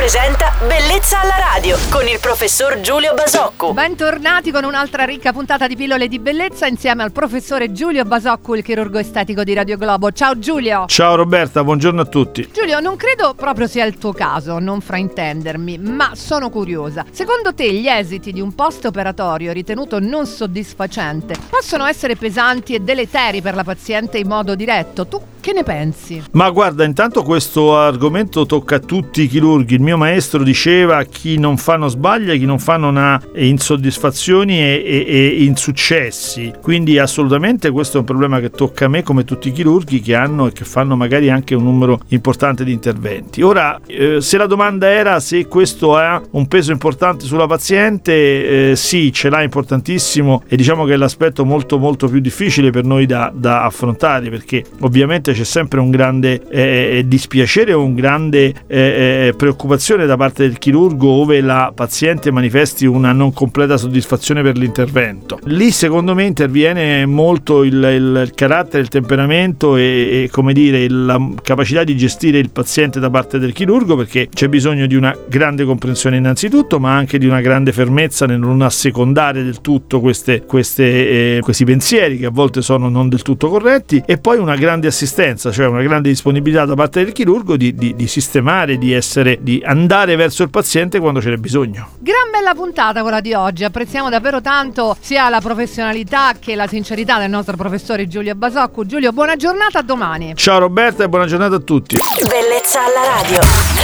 presenta Bellezza alla radio con il professor Giulio Basoccu. Bentornati con un'altra ricca puntata di pillole di bellezza insieme al professore Giulio Basoccu, il chirurgo estetico di Radio Globo. Ciao Giulio. Ciao Roberta, buongiorno a tutti. Giulio, non credo proprio sia il tuo caso, non fraintendermi, ma sono curiosa. Secondo te gli esiti di un post-operatorio ritenuto non soddisfacente possono essere pesanti e deleteri per la paziente in modo diretto? Tu che ne pensi? Ma guarda, intanto questo argomento tocca a tutti i chirurghi. Il mio maestro diceva: chi non fa non sbaglia, chi non fa non ha insoddisfazioni e insuccessi. Quindi assolutamente questo è un problema che tocca a me, come tutti i chirurghi che hanno e che fanno magari anche un numero importante di interventi. Ora, se la domanda era se questo ha un peso importante sulla paziente, sì, ce l'ha importantissimo, e diciamo che è l'aspetto molto molto più difficile per noi da affrontare, perché ovviamente c'è sempre un grande dispiacere o un grande preoccupazione da parte del chirurgo ove la paziente manifesti una non completa soddisfazione per l'intervento. Lì secondo me interviene molto il carattere, il temperamento e come dire la capacità di gestire il paziente da parte del chirurgo, perché c'è bisogno di una grande comprensione innanzitutto, ma anche di una grande fermezza nel non assecondare del tutto questi pensieri che a volte sono non del tutto corretti, e poi una grande assistenza, cioè una grande disponibilità da parte del chirurgo di sistemare, di andare verso il paziente quando ce n'è bisogno. Gran bella puntata quella di oggi, apprezziamo davvero tanto sia la professionalità che la sincerità del nostro professore Giulio Basoccu. Giulio, buona giornata, a domani. Ciao Roberta e buona giornata a tutti. Bellezza alla radio.